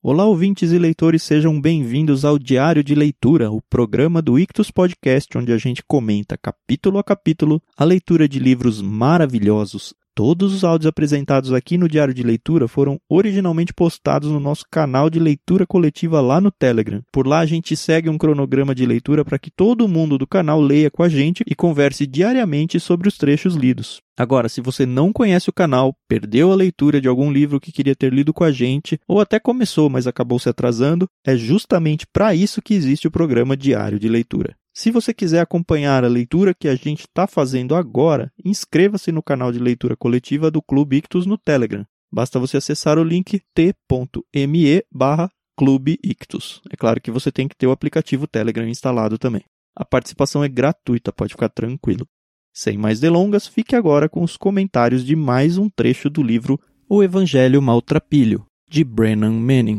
Olá, ouvintes e leitores, sejam bem-vindos ao Diário de Leitura, o programa do Ictus Podcast, onde a gente comenta capítulo a capítulo a leitura de livros maravilhosos. Todos os áudios apresentados aqui no Diário de Leitura foram originalmente postados no nosso canal de leitura coletiva lá no Telegram. Por lá a gente segue um cronograma de leitura para que todo mundo do canal leia com a gente e converse diariamente sobre os trechos lidos. Agora, se você não conhece o canal, perdeu a leitura de algum livro que queria ter lido com a gente, ou até começou, mas acabou se atrasando, é justamente para isso que existe o programa Diário de Leitura. Se você quiser acompanhar a leitura que a gente está fazendo agora, inscreva-se no canal de leitura coletiva do Clube Ictus no Telegram. Basta você acessar o link t.me/Clube Ictus. É claro que você tem que ter o aplicativo Telegram instalado também. A participação é gratuita, pode ficar tranquilo. Sem mais delongas, fique agora com os comentários de mais um trecho do livro O Evangelho Maltrapilho, de Brennan Manning.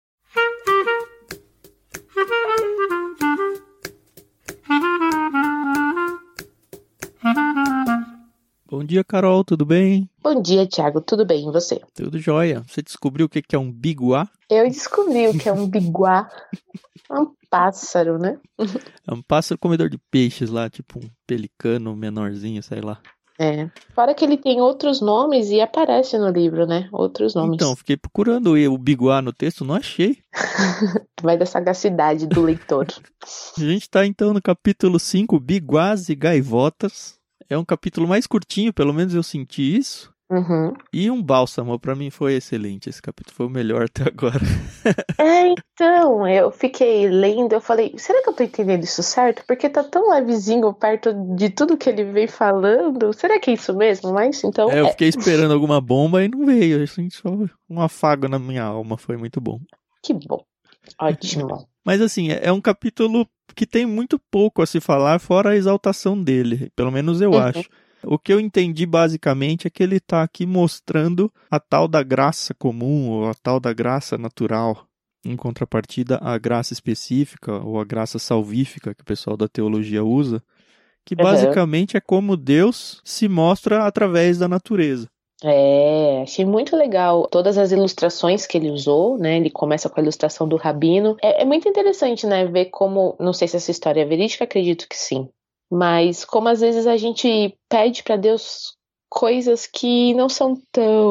Bom dia, Carol, tudo bem? Bom dia, Thiago, tudo bem, e você? Tudo jóia. Você descobriu o que é um biguá? Eu descobri o que é um biguá. É um pássaro, né? É um pássaro comedor de peixes lá, tipo um pelicano menorzinho, sei lá. É. Fora que ele tem outros nomes e aparece no livro, né? Outros nomes. Então, fiquei procurando o biguá no texto, não achei. Vai da sagacidade do leitor. A gente está então no capítulo 5, Biguás e Gaivotas. É um capítulo mais curtinho, pelo menos eu senti isso. Uhum. E um bálsamo, pra mim foi excelente. Esse capítulo foi o melhor até agora. Então, eu fiquei lendo, eu falei, será que eu tô entendendo isso certo? Porque tá tão levezinho perto de tudo que ele vem falando. Será que é isso mesmo? Mas, então... Eu fiquei esperando alguma bomba e não veio. Eu senti só um afago na minha alma, foi muito bom. Que bom, ótimo. Mas assim, é um capítulo que tem muito pouco a se falar, fora a exaltação dele. Pelo menos eu acho. O que eu entendi basicamente é que ele está aqui mostrando a tal da graça comum, ou a tal da graça natural, em contrapartida à graça específica, ou a graça salvífica, que o pessoal da teologia usa, que basicamente é como Deus se mostra através da natureza. Achei muito legal todas as ilustrações que ele usou, né? Ele começa com a ilustração do rabino. É muito interessante, né? Ver como, não sei se essa história é verídica, acredito que sim. Mas como às vezes a gente pede para Deus coisas que não são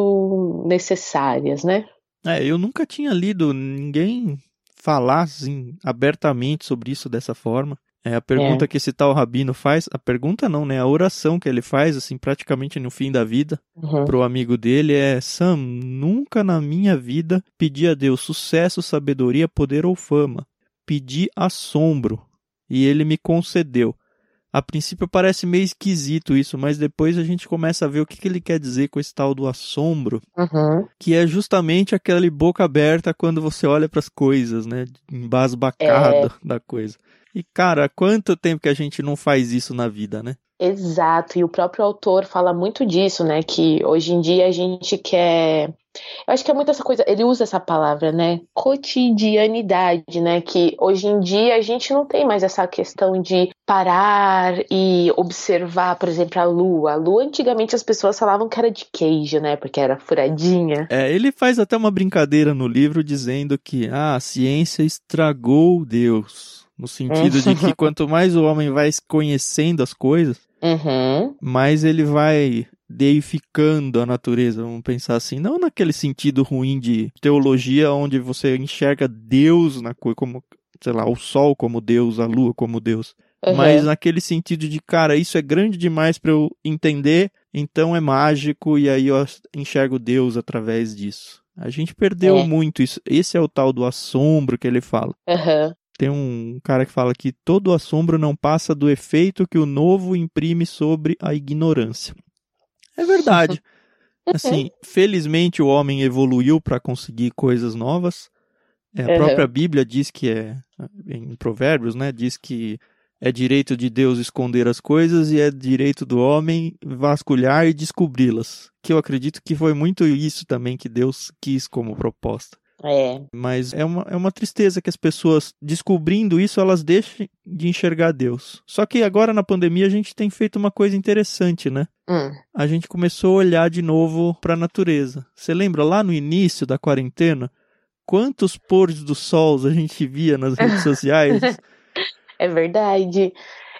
tão necessárias, né? Eu nunca tinha lido ninguém falar assim, abertamente sobre isso dessa forma. A pergunta que esse tal rabino faz, a pergunta não, né? A oração que ele faz, assim, praticamente no fim da vida, pro amigo dele é: Sam, nunca na minha vida pedi a Deus sucesso, sabedoria, poder ou fama. Pedi assombro e ele me concedeu. A princípio parece meio esquisito isso, mas depois a gente começa a ver o que ele quer dizer com esse tal do assombro, que é justamente aquela boca aberta quando você olha para as coisas, né? Embasbacado da coisa. E, cara, há quanto tempo que a gente não faz isso na vida, né? Exato, e o próprio autor fala muito disso, né? Que hoje em dia a gente quer... Eu acho que é muito essa coisa, ele usa essa palavra, né? Cotidianidade, né? Que hoje em dia a gente não tem mais essa questão de parar e observar, por exemplo, a lua. A lua, antigamente as pessoas falavam que era de queijo, né? Porque era furadinha. Ele faz até uma brincadeira no livro dizendo que a ciência estragou Deus. No sentido de que quanto mais o homem vai conhecendo as coisas, mais ele vai deificando a natureza, vamos pensar assim. Não naquele sentido ruim de teologia, onde você enxerga Deus na coisa, como, sei lá, o sol como Deus, a lua como Deus. Mas naquele sentido de, cara, isso é grande demais para eu entender, então é mágico e aí eu enxergo Deus através disso. A gente perdeu muito isso. Esse é o tal do assombro que ele fala. Tem um cara que fala que todo assombro não passa do efeito que o novo imprime sobre a ignorância. É verdade. Assim, felizmente o homem evoluiu para conseguir coisas novas. A própria Bíblia diz que em Provérbios, né, diz que é direito de Deus esconder as coisas e é direito do homem vasculhar e descobri-las. Que eu acredito que foi muito isso também que Deus quis como proposta. Mas é uma tristeza que as pessoas, descobrindo isso, elas deixem de enxergar Deus. Só que agora na pandemia a gente tem feito uma coisa interessante, né? A gente começou a olhar de novo para a natureza. Você lembra lá no início da quarentena, quantos pôres do sol a gente via nas redes sociais. É verdade.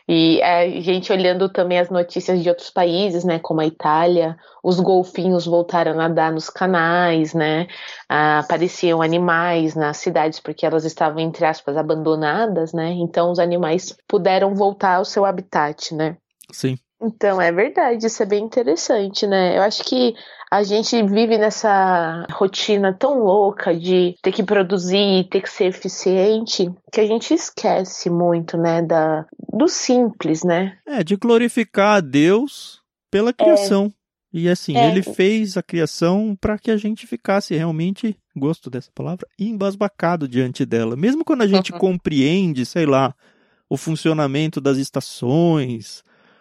E a gente olhando também as notícias de outros países, né, como a Itália, os golfinhos voltaram a nadar nos canais, né, apareciam animais nas cidades porque elas estavam, entre aspas, abandonadas, né, então os animais puderam voltar ao seu habitat, né. Sim. Então, é verdade, isso é bem interessante, né? Eu acho que a gente vive nessa rotina tão louca de ter que produzir, ter que ser eficiente, que a gente esquece muito, né, do simples, né? De glorificar a Deus pela criação. E assim, ele fez a criação para que a gente ficasse realmente, gosto dessa palavra, embasbacado diante dela. Mesmo quando a gente compreende, sei lá, o funcionamento das estações,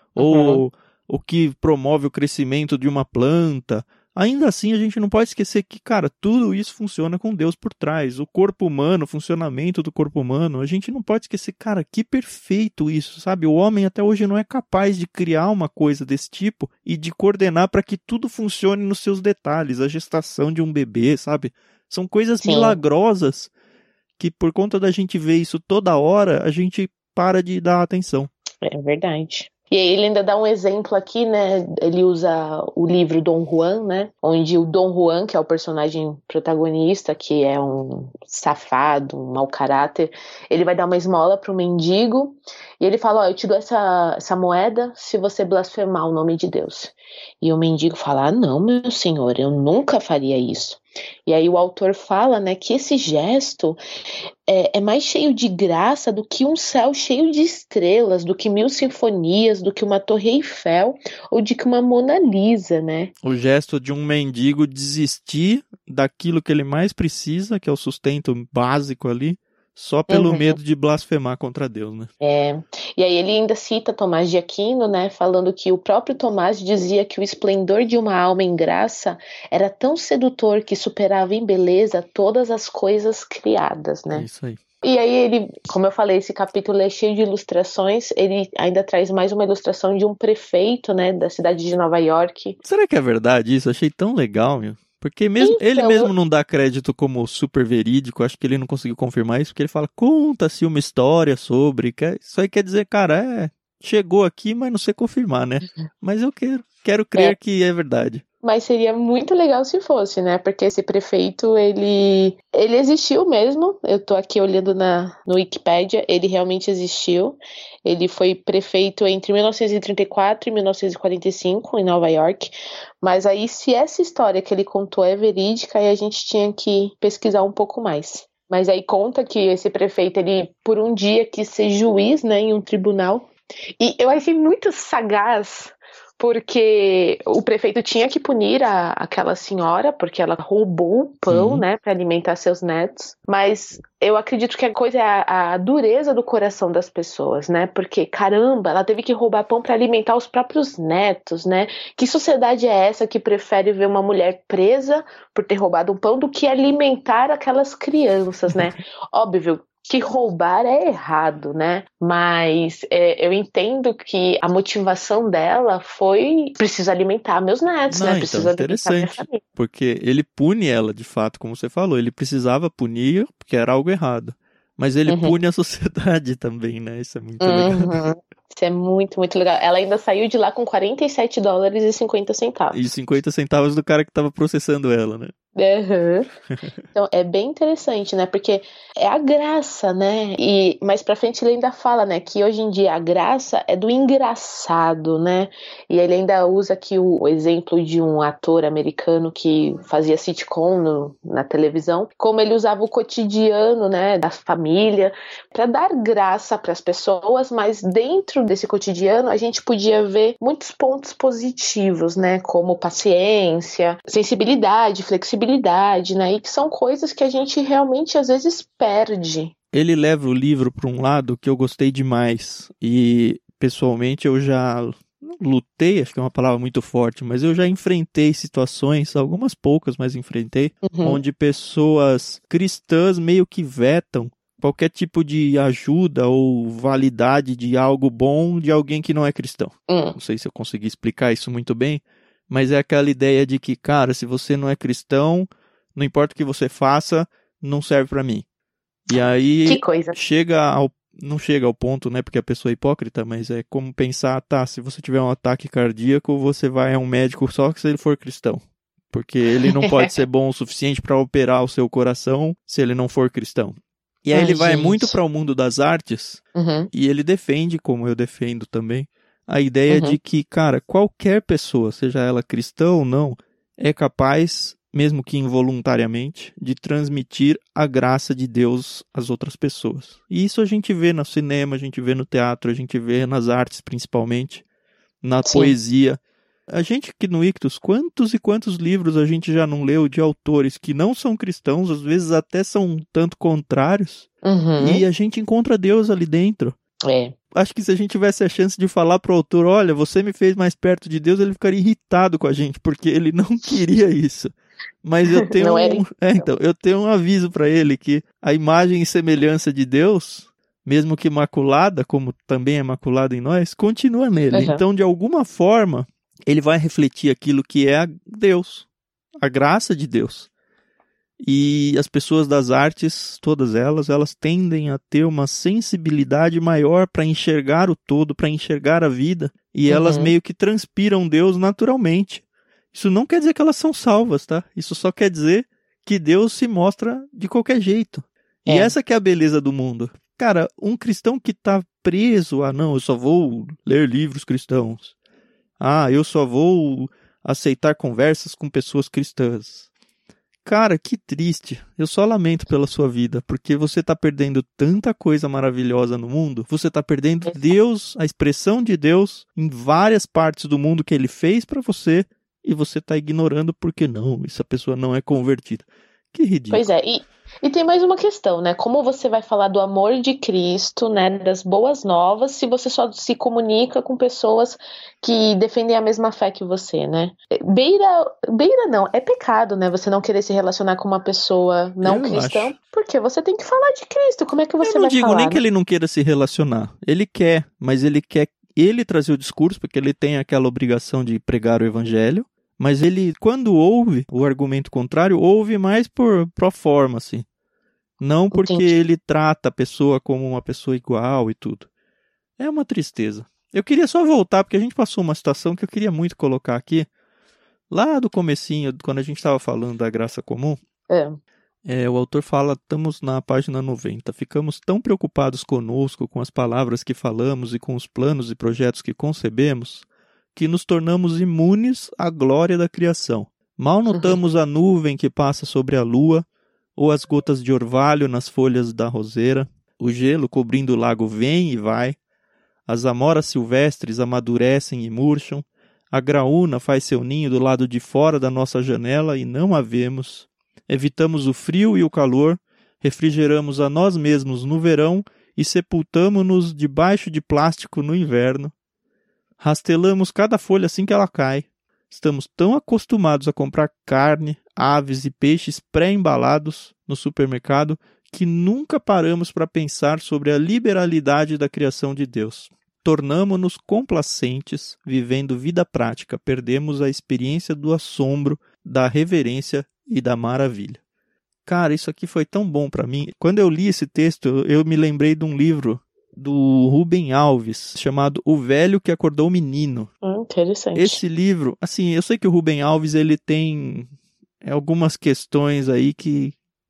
ou o que promove o crescimento de uma planta, ainda assim a gente não pode esquecer que, cara, tudo isso funciona com Deus por trás. O corpo humano, o funcionamento do corpo humano, a gente não pode esquecer, cara, que perfeito isso, sabe? O homem até hoje não é capaz de criar uma coisa desse tipo e de coordenar para que tudo funcione nos seus detalhes, a gestação de um bebê, sabe? São coisas milagrosas que, por conta da gente ver isso toda hora, a gente para de dar atenção. É verdade. E aí ele ainda dá um exemplo aqui, né? Ele usa o livro Dom Juan, né? Onde o Dom Juan, que é o personagem protagonista, que é um safado, um mau caráter, ele vai dar uma esmola para o mendigo e ele fala, eu te dou essa moeda se você blasfemar o nome de Deus. E o mendigo fala, não, meu senhor, eu nunca faria isso. E aí o autor fala, né, que esse gesto é mais cheio de graça do que um céu cheio de estrelas, do que 1000 sinfonias, do que uma Torre Eiffel ou de que uma Mona Lisa, né? O gesto de um mendigo desistir daquilo que ele mais precisa, que é o sustento básico ali, só pelo medo de blasfemar contra Deus, né? E aí ele ainda cita Tomás de Aquino, né, falando que o próprio Tomás dizia que o esplendor de uma alma em graça era tão sedutor que superava em beleza todas as coisas criadas, né? Isso aí. E aí ele, como eu falei, esse capítulo é cheio de ilustrações, ele ainda traz mais uma ilustração de um prefeito, né, da cidade de Nova York. Será que é verdade isso? Achei tão legal, meu. Porque ele mesmo não dá crédito como super verídico, acho que ele não conseguiu confirmar isso, porque ele fala, conta-se uma história sobre, isso aí quer dizer, cara, chegou aqui, mas não sei confirmar, né? Mas eu quero crer que é verdade. Mas seria muito legal se fosse, né? Porque esse prefeito, ele existiu mesmo. Eu tô aqui olhando no Wikipédia, ele realmente existiu. Ele foi prefeito entre 1934 e 1945 em Nova York. Mas aí, se essa história que ele contou é verídica, aí a gente tinha que pesquisar um pouco mais. Mas aí conta que esse prefeito, ele por um dia quis ser juiz, né, em um tribunal. E eu achei muito sagaz, porque o prefeito tinha que punir aquela senhora, porque ela roubou o pão, né, para alimentar seus netos. Mas eu acredito que a coisa é a dureza do coração das pessoas, né? Porque, caramba, ela teve que roubar pão para alimentar os próprios netos, né? Que sociedade é essa que prefere ver uma mulher presa por ter roubado um pão do que alimentar aquelas crianças, né? Óbvio que roubar é errado, né? Mas eu entendo que a motivação dela foi preciso alimentar meus netos, né? Preciso alimentar minha família. Porque ele pune ela, de fato, como você falou. Ele precisava punir porque era algo errado. Mas ele pune a sociedade também, né? Isso é muito legal. Isso é muito, muito legal. Ela ainda saiu de lá com $47,50. E 50 centavos do cara que tava processando ela, né? Então é bem interessante, né? Porque é a graça, né? E mais pra frente ele ainda fala, né? Que hoje em dia a graça é do engraçado, né? E ele ainda usa aqui o exemplo de um ator americano que fazia sitcom na televisão, como ele usava o cotidiano, né? Da família para dar graça para as pessoas, mas dentro desse cotidiano a gente podia ver muitos pontos positivos, né? Como paciência, sensibilidade, flexibilidade, né? E que são coisas que a gente realmente às vezes perde. Ele leva o livro para um lado que eu gostei demais e pessoalmente eu já lutei, acho que é uma palavra muito forte, mas eu já enfrentei situações, algumas poucas, mas enfrentei, onde pessoas cristãs meio que vetam qualquer tipo de ajuda ou validade de algo bom de alguém que não é cristão. Não sei se eu consegui explicar isso muito bem, mas é aquela ideia de que, cara, se você não é cristão, não importa o que você faça, não serve pra mim. E aí Que coisa. não chega ao ponto, né, porque a pessoa é hipócrita, mas é como pensar, tá, se você tiver um ataque cardíaco, você vai a um médico só se ele for cristão. Porque ele não pode ser bom o suficiente para operar o seu coração se ele não for cristão. E aí ele vai muito para o mundo das artes, e ele defende, como eu defendo também, a ideia de que, cara, qualquer pessoa, seja ela cristã ou não, é capaz, mesmo que involuntariamente, de transmitir a graça de Deus às outras pessoas. E isso a gente vê no cinema, a gente vê no teatro, a gente vê nas artes principalmente, na poesia. A gente aqui no Ictus, quantos e quantos livros a gente já não leu de autores que não são cristãos, às vezes até são um tanto contrários, e a gente encontra Deus ali dentro. Acho que se a gente tivesse a chance de falar pro autor, olha, você me fez mais perto de Deus, ele ficaria irritado com a gente, porque ele não queria isso. Mas eu tenho eu tenho um aviso para ele, que a imagem e semelhança de Deus, mesmo que maculada, como também é maculada em nós, continua nele. Então, de alguma forma, ele vai refletir aquilo que é Deus, a graça de Deus. E as pessoas das artes, todas elas tendem a ter uma sensibilidade maior para enxergar o todo, para enxergar a vida, e elas meio que transpiram Deus naturalmente. Isso não quer dizer que elas são salvas, tá? Isso só quer dizer que Deus se mostra de qualquer jeito. E essa que é a beleza do mundo. Cara, um cristão que tá preso a, não, eu só vou ler livros cristãos. Ah, eu só vou aceitar conversas com pessoas cristãs. Cara, que triste. Eu só lamento pela sua vida, porque você tá perdendo tanta coisa maravilhosa no mundo. Você tá perdendo Deus, a expressão de Deus, em várias partes do mundo que ele fez pra você, e você tá ignorando porque não, essa pessoa não é convertida. Que ridículo. Pois é, e tem mais uma questão, né? Como você vai falar do amor de Cristo, né? Das boas novas, se você só se comunica com pessoas que defendem a mesma fé que você, né? Beira não, é pecado, né? Você não querer se relacionar com uma pessoa não cristã, porque você tem que falar de Cristo. Como é que você vai falar? Eu não digo nem que ele não queira se relacionar. Ele quer, mas ele quer trazer o discurso, porque ele tem aquela obrigação de pregar o evangelho. Mas ele, quando ouve o argumento contrário, ouve mais por pro forma, assim. Não porque ele trata a pessoa como uma pessoa igual e tudo. É uma tristeza. Eu queria só voltar, porque a gente passou uma situação que eu queria muito colocar aqui. Lá do comecinho, quando a gente estava falando da graça comum, o autor fala, estamos na página 90, ficamos tão preocupados conosco, com as palavras que falamos e com os planos e projetos que concebemos, que nos tornamos imunes à glória da criação. Mal notamos a nuvem que passa sobre a lua, ou as gotas de orvalho nas folhas da roseira. O gelo cobrindo o lago vem e vai. As amoras silvestres amadurecem e murcham. A graúna faz seu ninho do lado de fora da nossa janela e não a vemos. Evitamos o frio e o calor, refrigeramos a nós mesmos no verão e sepultamo-nos debaixo de plástico no inverno. Rastelamos cada folha assim que ela cai. Estamos tão acostumados a comprar carne, aves e peixes pré-embalados no supermercado que nunca paramos para pensar sobre a liberalidade da criação de Deus. Tornamo-nos complacentes, vivendo vida prática, perdemos a experiência do assombro, da reverência e da maravilha. Cara, isso aqui foi tão bom para mim. Quando eu li esse texto, eu me lembrei de um livro do Rubem Alves, chamado O Velho que Acordou o Menino. Interessante. Esse livro, assim, eu sei que o Rubem Alves, ele tem algumas questões aí que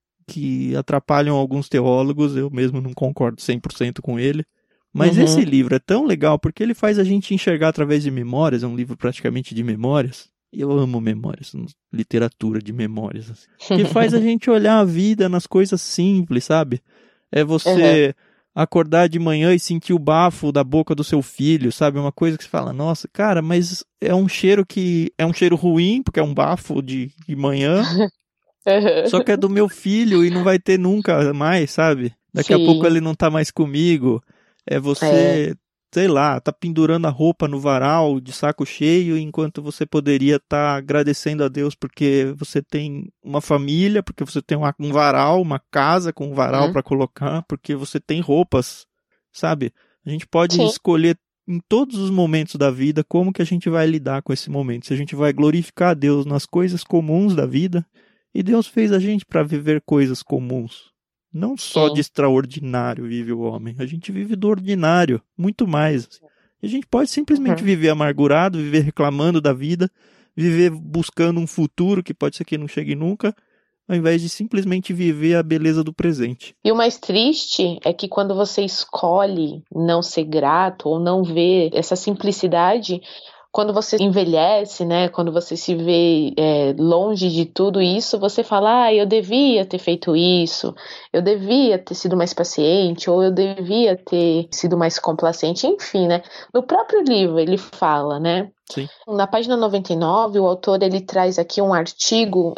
atrapalham alguns teólogos, eu mesmo não concordo 100% com ele, mas esse livro é tão legal porque ele faz a gente enxergar através de memórias, é um livro praticamente de memórias, e eu amo memórias, literatura de memórias, assim, que faz a gente olhar a vida nas coisas simples, sabe? É você acordar de manhã e sentir o bafo da boca do seu filho, sabe? Uma coisa que você fala, nossa, cara, mas é um cheiro que é um cheiro ruim, porque é um bafo de manhã, só que é do meu filho e não vai ter nunca mais, sabe? Daqui a pouco ele não tá mais comigo. É você, sei lá, tá pendurando a roupa no varal de saco cheio, enquanto você poderia estar agradecendo a Deus porque você tem uma família, porque você tem um varal, uma casa com um varal para colocar, porque você tem roupas, sabe? A gente pode escolher em todos os momentos da vida como que a gente vai lidar com esse momento. Se a gente vai glorificar a Deus nas coisas comuns da vida, E Deus fez a gente para viver coisas comuns. Não só de extraordinário vive o homem. A gente vive do ordinário, muito mais. A gente pode simplesmente viver amargurado, viver reclamando da vida, viver buscando um futuro que pode ser que não chegue nunca, ao invés de simplesmente viver a beleza do presente. E o mais triste é que quando você escolhe não ser grato ou não ver essa simplicidade, quando você envelhece, né, quando você se vê longe de tudo isso, você fala, eu devia ter feito isso, eu devia ter sido mais paciente, ou eu devia ter sido mais complacente, enfim, né? No próprio livro ele fala, né? Sim. Na página 99, o autor ele traz aqui um artigo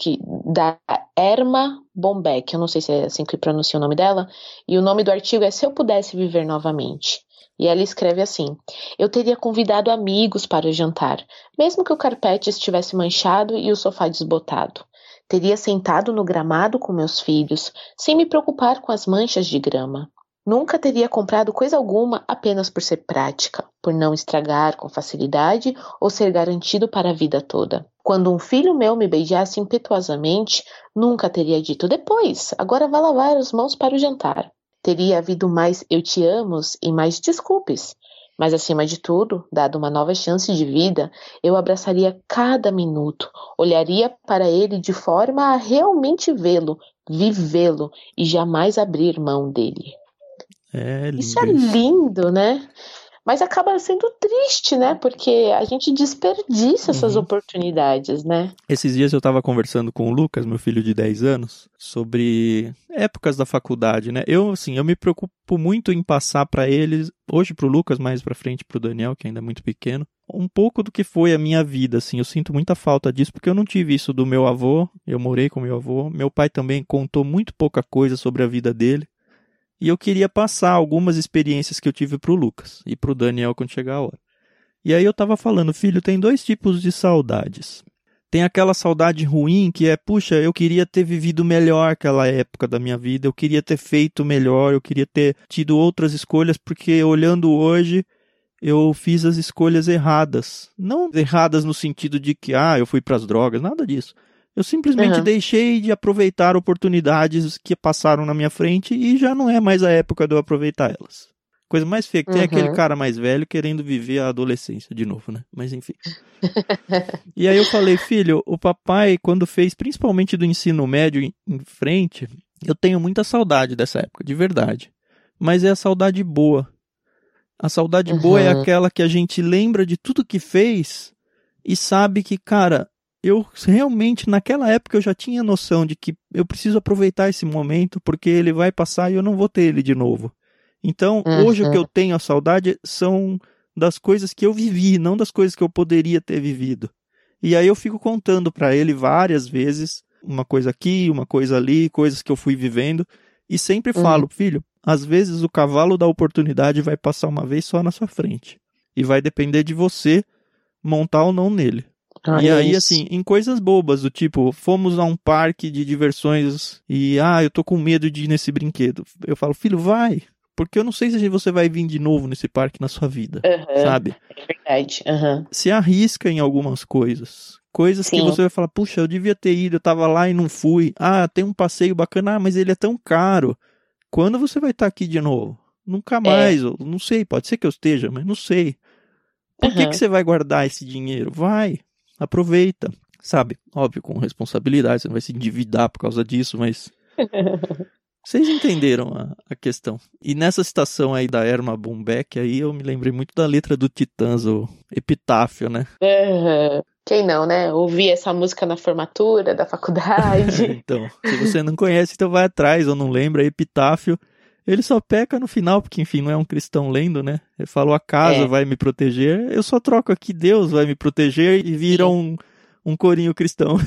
da Erma Bombeck, eu não sei se é assim que pronuncia o nome dela, e o nome do artigo é Se Eu Pudesse Viver Novamente. E ela escreve assim: eu teria convidado amigos para o jantar, mesmo que o carpete estivesse manchado e o sofá desbotado. Teria sentado no gramado com meus filhos, sem me preocupar com as manchas de grama. Nunca teria comprado coisa alguma apenas por ser prática, por não estragar com facilidade ou ser garantido para a vida toda. Quando um filho meu me beijasse impetuosamente, nunca teria dito depois, agora vá lavar as mãos para o jantar. Teria havido mais eu te amos e mais desculpes. Mas, acima de tudo, dado uma nova chance de vida, eu abraçaria cada minuto, olharia para ele de forma a realmente vê-lo, vivê-lo e jamais abrir mão dele. Isso é lindo, né? Mas acaba sendo triste, né? Porque a gente desperdiça essas oportunidades, né? Esses dias eu estava conversando com o Lucas, meu filho de 10 anos, sobre épocas da faculdade, né? Eu me preocupo muito em passar para eles, hoje pro Lucas, mais para frente pro Daniel, que ainda é muito pequeno, um pouco do que foi a minha vida, assim. Eu sinto muita falta disso, porque eu não tive isso do meu avô, eu morei com meu avô. Meu pai também contou muito pouca coisa sobre a vida dele. E eu queria passar algumas experiências que eu tive pro Lucas e pro Daniel quando chegar a hora. E aí eu tava falando, filho, tem 2 tipos de saudades. Tem aquela saudade ruim que é, puxa, eu queria ter vivido melhor aquela época da minha vida, eu queria ter feito melhor, eu queria ter tido outras escolhas, porque olhando hoje, eu fiz as escolhas erradas. Não erradas no sentido de que, eu fui pras drogas, nada disso. Eu simplesmente deixei de aproveitar oportunidades que passaram na minha frente e já não é mais a época de eu aproveitar elas. Coisa mais feia que tem é aquele cara mais velho querendo viver a adolescência de novo, né? Mas enfim. E aí eu falei, filho, o papai, quando fez principalmente do ensino médio em frente, eu tenho muita saudade dessa época, de verdade. Mas é a saudade boa. A saudade boa é aquela que a gente lembra de tudo que fez e sabe que, cara, eu realmente, naquela época, eu já tinha noção de que eu preciso aproveitar esse momento, porque ele vai passar e eu não vou ter ele de novo. Então, hoje o que eu tenho a saudade são das coisas que eu vivi, não das coisas que eu poderia ter vivido. E aí eu fico contando para ele várias vezes, uma coisa aqui, uma coisa ali, coisas que eu fui vivendo, e sempre falo, filho, às vezes o cavalo da oportunidade vai passar uma vez só na sua frente. E vai depender de você montar ou não nele. E aí, assim, em coisas bobas, do tipo, fomos a um parque de diversões e, eu tô com medo de ir nesse brinquedo. Eu falo, filho, vai, porque eu não sei se você vai vir de novo nesse parque na sua vida, sabe? É verdade. Se arrisca em algumas coisas. Coisas que você vai falar, puxa, eu devia ter ido, eu tava lá e não fui. Tem um passeio bacana, mas ele é tão caro. Quando você vai estar aqui de novo? Nunca mais, eu não sei, pode ser que eu esteja, mas não sei. Por que você vai guardar esse dinheiro? Vai. Aproveita, sabe? Óbvio, com responsabilidade, você não vai se endividar por causa disso, mas vocês entenderam a questão. E nessa citação aí da Erma Bombeck, aí eu me lembrei muito da letra do Titãs, o Epitáfio, né? Quem não, né? Ouvir essa música na formatura da faculdade. Então, se você não conhece, então vai atrás, ou não lembra, Epitáfio. Ele só peca no final, porque, enfim, não é um cristão lendo, né? Ele falou, a casa vai me proteger. Eu só troco aqui, Deus vai me proteger, e vira um corinho cristão.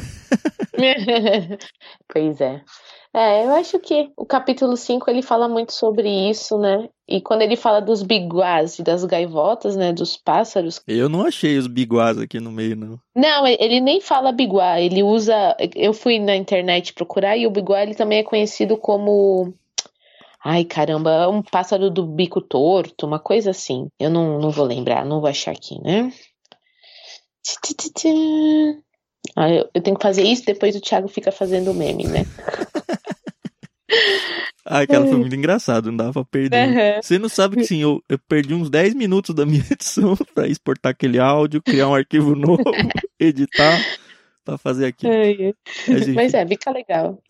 Pois é. Eu acho que o capítulo 5, ele fala muito sobre isso, né? E quando ele fala dos biguás e das gaivotas, né? Dos pássaros. Eu não achei os biguás aqui no meio, não. Não, ele nem fala biguá, ele usa... Eu fui na internet procurar, e o biguá, ele também é conhecido como... Ai, caramba, um pássaro do bico torto, uma coisa assim. Eu não vou lembrar, não vou achar aqui, né? Eu tenho que fazer isso, depois o Thiago fica fazendo meme, né? Aquela foi muito engraçado, não dava pra perder. Uhum. Você não sabe que sim, eu perdi uns 10 minutos da minha edição pra exportar aquele áudio, criar um arquivo novo, editar, pra fazer aquilo. Mas fica legal.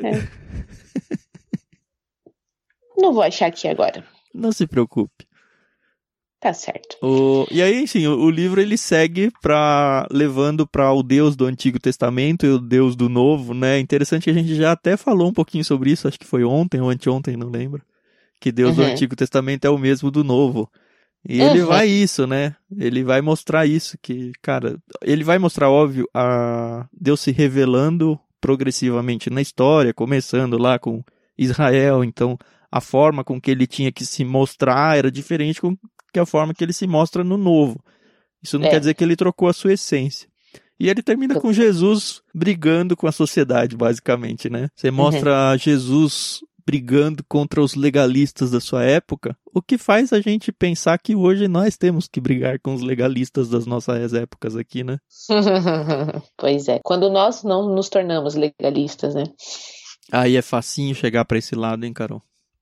Não vou achar aqui agora. Não se preocupe. Tá certo. E aí, sim, o livro ele segue levando para o Deus do Antigo Testamento e o Deus do Novo, né? Interessante que a gente já até falou um pouquinho sobre isso, acho que foi ontem ou anteontem, não lembro. Que Deus do Antigo Testamento é o mesmo do Novo. E ele vai isso, né? Ele vai mostrar isso, que, cara, ele vai mostrar, óbvio, a Deus se revelando progressivamente na história, começando lá com Israel, então a forma com que ele tinha que se mostrar era diferente que a forma que ele se mostra no Novo. Isso não quer dizer que ele trocou a sua essência. E ele termina com Jesus brigando com a sociedade, basicamente, né? Você mostra Jesus brigando contra os legalistas da sua época, o que faz a gente pensar que hoje nós temos que brigar com os legalistas das nossas épocas aqui, né? Pois é. Quando nós não nos tornamos legalistas, né? Aí é facinho chegar pra esse lado, hein, Carol?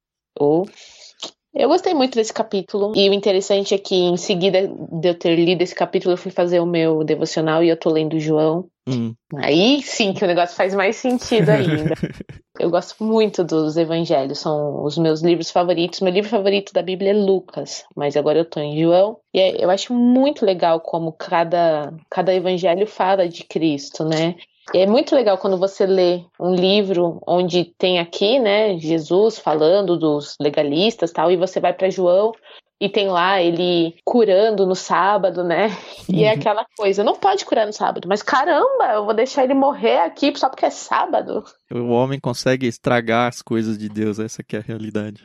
Eu gostei muito desse capítulo, e o interessante é que em seguida de eu ter lido esse capítulo, eu fui fazer o meu devocional e eu tô lendo João. Aí sim que o negócio faz mais sentido ainda. Eu gosto muito dos evangelhos, são os meus livros favoritos. Meu livro favorito da Bíblia é Lucas, mas agora eu tô em João. E eu acho muito legal como cada evangelho fala de Cristo, né? E é muito legal quando você lê um livro onde tem aqui, né, Jesus falando dos legalistas e tal, e você vai para João e tem lá ele curando no sábado, né? E é aquela coisa, não pode curar no sábado, mas caramba, eu vou deixar ele morrer aqui só porque é sábado. O homem consegue estragar as coisas de Deus, essa que é a realidade.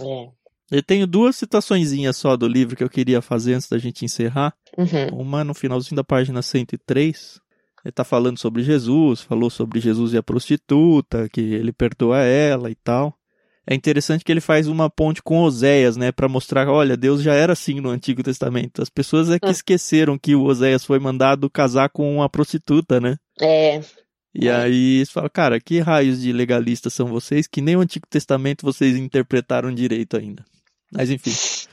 Eu tenho 2 citaçõezinhas só do livro que eu queria fazer antes da gente encerrar. Uma no finalzinho da página 103. Ele tá falando sobre Jesus, falou sobre Jesus e a prostituta, que ele perdoa ela e tal. É interessante que ele faz uma ponte com Oséias, né, para mostrar, olha, Deus já era assim no Antigo Testamento. As pessoas é que esqueceram que o Oséias foi mandado casar com uma prostituta, né? E aí você fala, cara, que raios de legalistas são vocês que nem o Antigo Testamento vocês interpretaram direito ainda. Mas enfim,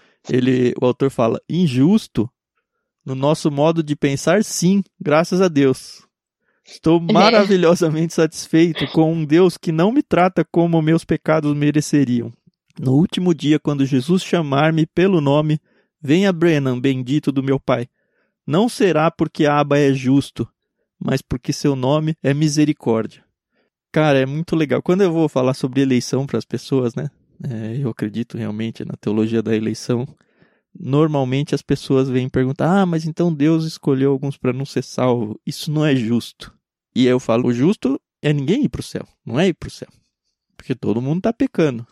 o autor fala, injusto no nosso modo de pensar, sim, graças a Deus. Estou maravilhosamente satisfeito com um Deus que não me trata como meus pecados mereceriam. No último dia, quando Jesus chamar-me pelo nome, venha Brennan, bendito do meu Pai. Não será porque Abba é justo, mas porque seu nome é misericórdia. Cara, é muito legal. Quando eu vou falar sobre eleição para as pessoas, né? Eu acredito realmente na teologia da eleição. Normalmente as pessoas vêm perguntar, mas então Deus escolheu alguns para não ser salvo. Isso não é justo. E eu falo, o justo é ninguém ir para o céu, não é ir para o céu. Porque todo mundo está pecando.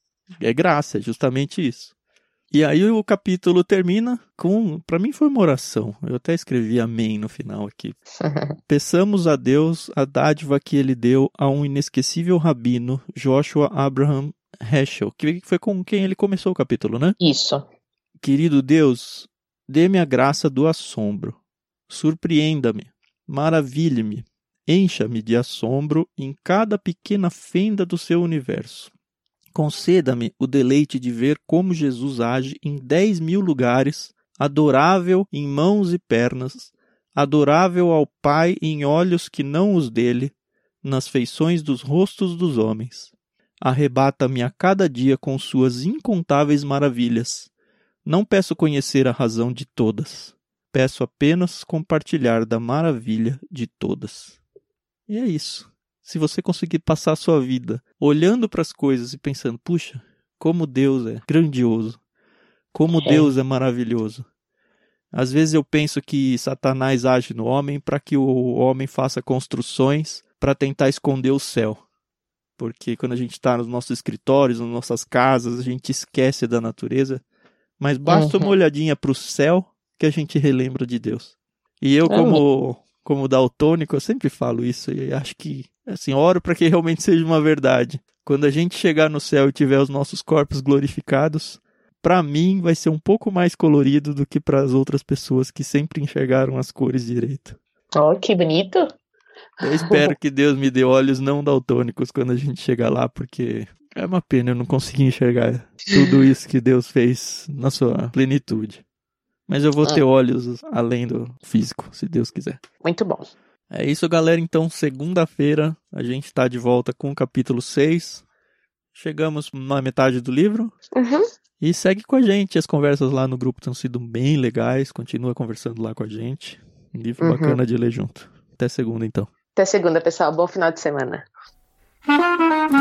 É graça, é justamente isso. E aí o capítulo termina com, para mim foi uma oração. Eu até escrevi amém no final aqui. Peçamos a Deus a dádiva que ele deu a um inesquecível rabino, Joshua Abraham Heschel, que foi com quem ele começou o capítulo, né? Isso. Querido Deus, dê-me a graça do assombro. Surpreenda-me, maravilhe-me, encha-me de assombro em cada pequena fenda do seu universo. Conceda-me o deleite de ver como Jesus age em 10.000 lugares, adorável em mãos e pernas, adorável ao Pai em olhos que não os dele, nas feições dos rostos dos homens. Arrebata-me a cada dia com suas incontáveis maravilhas. Não peço conhecer a razão de todas. Peço apenas compartilhar da maravilha de todas. E é isso. Se você conseguir passar a sua vida olhando para as coisas e pensando, puxa, como Deus é grandioso, como Deus é maravilhoso. Às vezes eu penso que Satanás age no homem para que o homem faça construções para tentar esconder o céu. Porque quando a gente está nos nossos escritórios, nas nossas casas, a gente esquece da natureza. Mas basta uma olhadinha para o céu que a gente relembra de Deus. E eu, como daltônico, eu sempre falo isso. E acho que, assim, oro para que realmente seja uma verdade. Quando a gente chegar no céu e tiver os nossos corpos glorificados, para mim vai ser um pouco mais colorido do que para as outras pessoas que sempre enxergaram as cores direito. Oh, que bonito! Eu espero que Deus me dê olhos não daltônicos quando a gente chegar lá, porque é uma pena eu não conseguir enxergar tudo isso que Deus fez na sua plenitude. Mas eu vou ter olhos além do físico, se Deus quiser. Muito bom. É isso, galera. Então, segunda-feira, a gente tá de volta com o capítulo 6. Chegamos na metade do livro. Uhum. E segue com a gente. As conversas lá no grupo estão sido bem legais. Continua conversando lá com a gente. Um livro bacana de ler junto. Até segunda, então. Até segunda, pessoal. Bom final de semana.